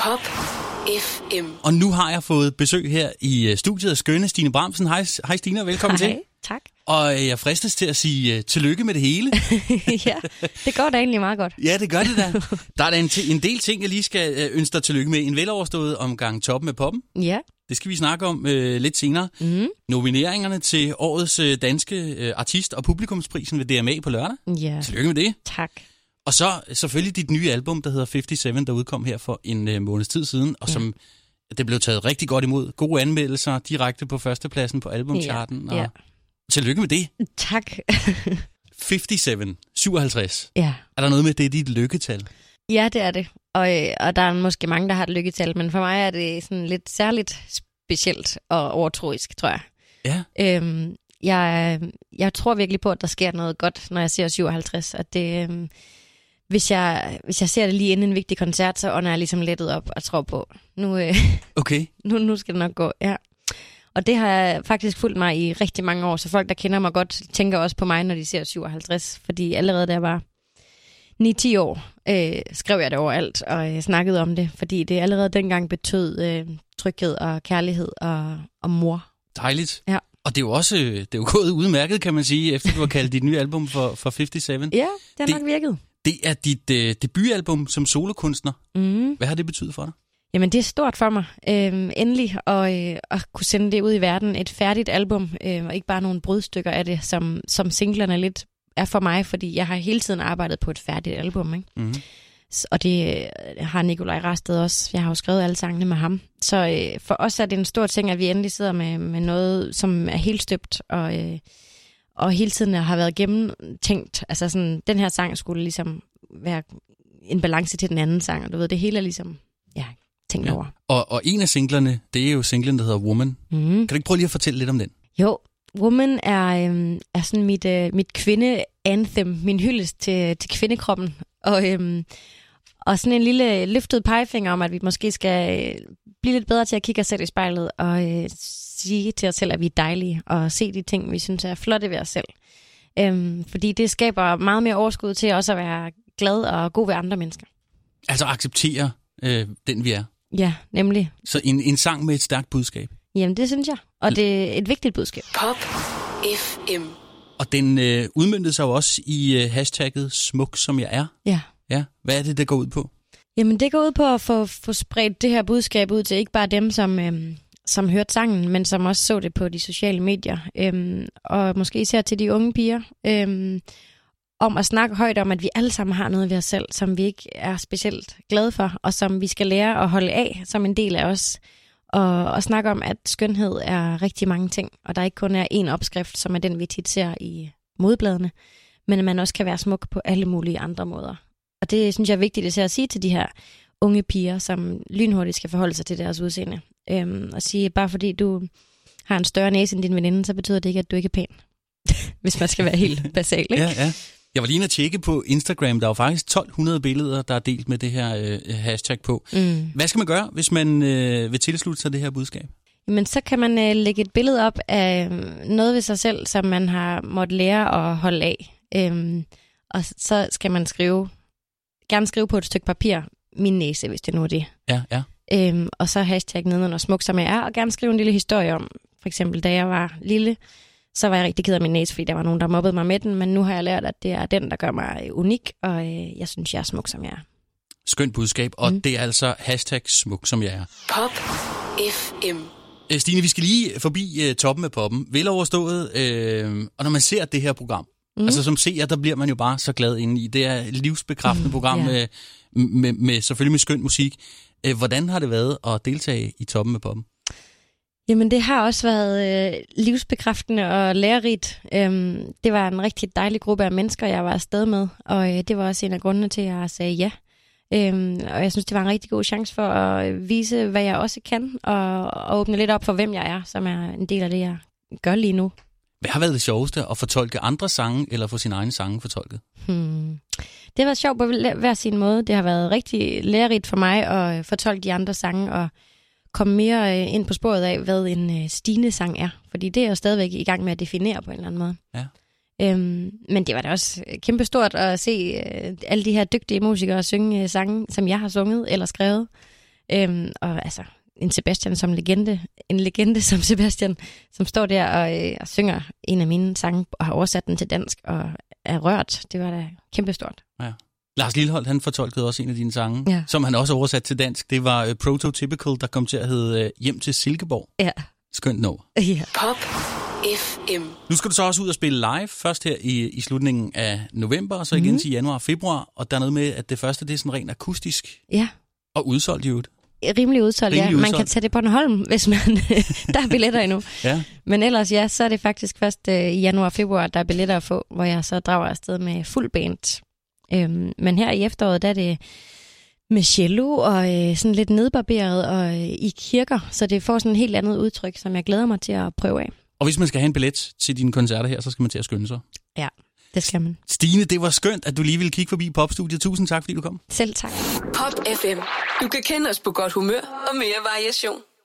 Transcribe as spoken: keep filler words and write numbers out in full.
Pop F M. Og nu har jeg fået besøg her i studiet af skønne Stine Bramsen. Hej, hej Stine, og velkommen Hej, til. tak. Og jeg fristes til at sige uh, tillykke med det hele. Ja, det går da egentlig meget godt. Ja, det gør det da. Der er da en, t- en del ting, jeg lige skal uh, ønske dig tillykke med. En veloverstået omgang Toppen med Poppen. Ja. Det skal vi snakke om uh, lidt senere. Mm. Nomineringerne til årets uh, danske uh, artist- og publikumsprisen ved D M A på lørdag. Ja. Tillykke med det. Tak. Og så selvfølgelig dit nye album, der hedder halvtreds, der udkom her for en uh, måneds tid siden, og som ja. det blev taget rigtig godt imod. Gode anmeldelser, direkte på førstepladsen på albumcharten. Ja. Ja. Og tillykke med det. Tak. halvtreds, syvoghalvtreds. Ja. Er der noget med, det er dit lykketal? Ja, det er det. Og, øh, og der er måske mange, der har et lykketal, men for mig er det sådan lidt særligt specielt og overtroisk, tror jeg. Ja. Øhm, jeg, jeg tror virkelig på, at der sker noget godt, når jeg ser syvoghalvtreds. At det, øhm, hvis, jeg, hvis jeg ser det lige inden en vigtig koncert, så ånder jeg ligesom lettet op og tror på, nu, øh, Okay. nu, nu skal det nok gå. Ja. Og det har jeg faktisk fulgt mig i rigtig mange år, så folk, der kender mig godt, tænker også på mig, når de ser syvoghalvtreds. Fordi allerede da jeg var ni til ti år, øh, skrev jeg det overalt og øh, snakkede om det. Fordi det allerede dengang betød øh, tryghed og kærlighed og, og mor. Dejligt. Ja. Og det er jo også det er jo gået udmærket, kan man sige, efter du har kaldt dit nye album for, for halvtreds. Ja, det har det, nok virket. Det er dit øh, debutalbum som solokunstner. Mm. Hvad har det betydet for dig? Jamen, det er stort for mig. Øhm, endelig at, øh, at kunne sende det ud i verden. Et færdigt album, øh, og ikke bare nogle brudstykker af det, som, som singlerne lidt er for mig, fordi jeg har hele tiden arbejdet på et færdigt album, ikke? Mm-hmm. Og det øh, har Nikolaj Rasted også. Jeg har jo skrevet alle sangene med ham. Så øh, for os er det en stor ting, at vi endelig sidder med, med noget, som er helt støbt, og, øh, og hele tiden har været gennemtænkt. Altså sådan, den her sang skulle ligesom være en balance til den anden sang, og du ved, det hele er ligesom, ja, tænkt ja. over. Og, og en af singlerne, det er jo singlen, der hedder Woman. Mm. Kan du ikke prøve lige at fortælle lidt om den? Jo, Woman er, øhm, er sådan mit, øh, mit kvinde-anthem, min hyldest til, til kvindekroppen. Og, øhm, og sådan en lille løftet pegefinger om, at vi måske skal øh, blive lidt bedre til at kigge os selv i spejlet og øh, sige til os selv, at vi er dejlige og se de ting, vi synes er flotte ved os selv. Øhm, fordi det skaber meget mere overskud til også at være glad og god ved andre mennesker. Altså acceptere øh, den, vi er. Ja, nemlig. Så en, en sang med et stærkt budskab. Jamen, det synes jeg. Og det er et vigtigt budskab. Pop F M. Og den øh, udmøntede sig jo også i øh, hashtagget smuk som jeg er. Ja. Ja. Hvad er det, der går ud på? Jamen, det går ud på at få, få spredt det her budskab ud til ikke bare dem, som, øhm, som hørte sangen, men som også så det på de sociale medier. Øhm, og måske især til de unge piger. Øhm, om at snakke højt om, at vi alle sammen har noget ved os selv, som vi ikke er specielt glade for, og som vi skal lære at holde af som en del af os. Og, og snakke om, at skønhed er rigtig mange ting, og der ikke kun er én opskrift, som er den, vi tit ser i modebladene, men at man også kan være smuk på alle mulige andre måder. Og det synes jeg er vigtigt især at sige til de her unge piger, som lynhurtigt skal forholde sig til deres udseende. Øhm, og sige, bare fordi du har en større næse end din veninde, så betyder det ikke, at du ikke er pæn. Hvis man skal være helt basal, ikke? Ja, ja. Jeg var lige inde at tjekke på Instagram. Der er jo faktisk tolv hundrede billeder, der er delt med det her øh, hashtag på. Mm. Hvad skal man gøre, hvis man øh, vil tilslutte sig det her budskab? Jamen, så kan man øh, lægge et billede op af noget ved sig selv, som man har måttet lære at holde af. Øhm, og så skal man skrive, gerne skrive på et stykke papir, min næse, hvis det nu er det. Ja, ja. Øhm, og så hashtag nedenunder smuk som jeg er, og gerne skrive en lille historie om, for eksempel da jeg var lille, så var jeg rigtig ked af min næse, fordi der var nogen, der mobbede mig med den, men nu har jeg lært, at det er den, der gør mig unik, og øh, jeg synes, jeg er smuk, som jeg er. Skønt budskab, og mm. det er altså hashtag smuk, som jeg er. Pop F M. Stine, vi skal lige forbi uh, Toppen af Poppen. Veloverstået, øh, og når man ser det her program, mm. altså som seer, der bliver man jo bare så glad inde i. Det er et livsbekræftende mm, program yeah. med, med, med selvfølgelig med skøn musik. Øh, hvordan har det været at deltage i Toppen af Poppen? Jamen, det har også været øh, livsbekræftende og lærerigt. Øhm, det var en rigtig dejlig gruppe af mennesker, jeg var afsted med, og øh, det var også en af grundene til, at jeg sagde ja. Øhm, og jeg synes, det var en rigtig god chance for at vise, hvad jeg også kan, og, og åbne lidt op for, hvem jeg er, som er en del af det, jeg gør lige nu. Hvad har været det sjoveste, at fortolke andre sange, eller få sin egen sange fortolket? Hmm. Det har været sjovt på hver sin måde. Det har været rigtig lærerigt for mig at fortolke de andre sange, og komme mere ind på sporet af, hvad en Stine-sang er. Fordi det er jo stadigvæk i gang med at definere på en eller anden måde. Ja. Øhm, men det var da også kæmpestort at se øh, alle de her dygtige musikere synge sange, som jeg har sunget eller skrevet. Øhm, og altså, en Sebastian som legende, en legende som Sebastian, som står der og, øh, og synger en af mine sange, og har oversat den til dansk, og er rørt. Det var da kæmpestort. Ja. Lars Lilholt, han fortolkede også en af dine sange, ja. som han også oversat til dansk. Det var uh, Prototypical, der kom til at hedde uh, Hjem til Silkeborg. Ja. Skønt nå. Ja. Pop F M. Nu skal du så også ud og spille live, først her i, i slutningen af november, og så igen mm. til januar og februar. Og der er noget med, at det første det er sådan rent akustisk. Ja. Og udsolgt i øvrigt. Rimelig udsolgt, Rimelig ja. Man udsolgt. kan tage det på Bornholm, hvis man der er billetter endnu. Ja. Men ellers, ja, så er det faktisk først øh, i januar og februar, der er billetter at få, hvor jeg så drager afsted med fuld band. Øhm, men her i efteråret, der er det med cello og øh, sådan lidt nedbarberet og øh, i kirker, så det får sådan et helt andet udtryk, som jeg glæder mig til at prøve af. Og hvis man skal have en billet til dine koncerter her, så skal man til at skynde sig. Ja, det skal man. Stine, det var skønt, at du lige ville kigge forbi Popstudiet. Tusind tak, fordi du kom. Selv tak. Pop F M. Du kan kende os på godt humør og mere variation.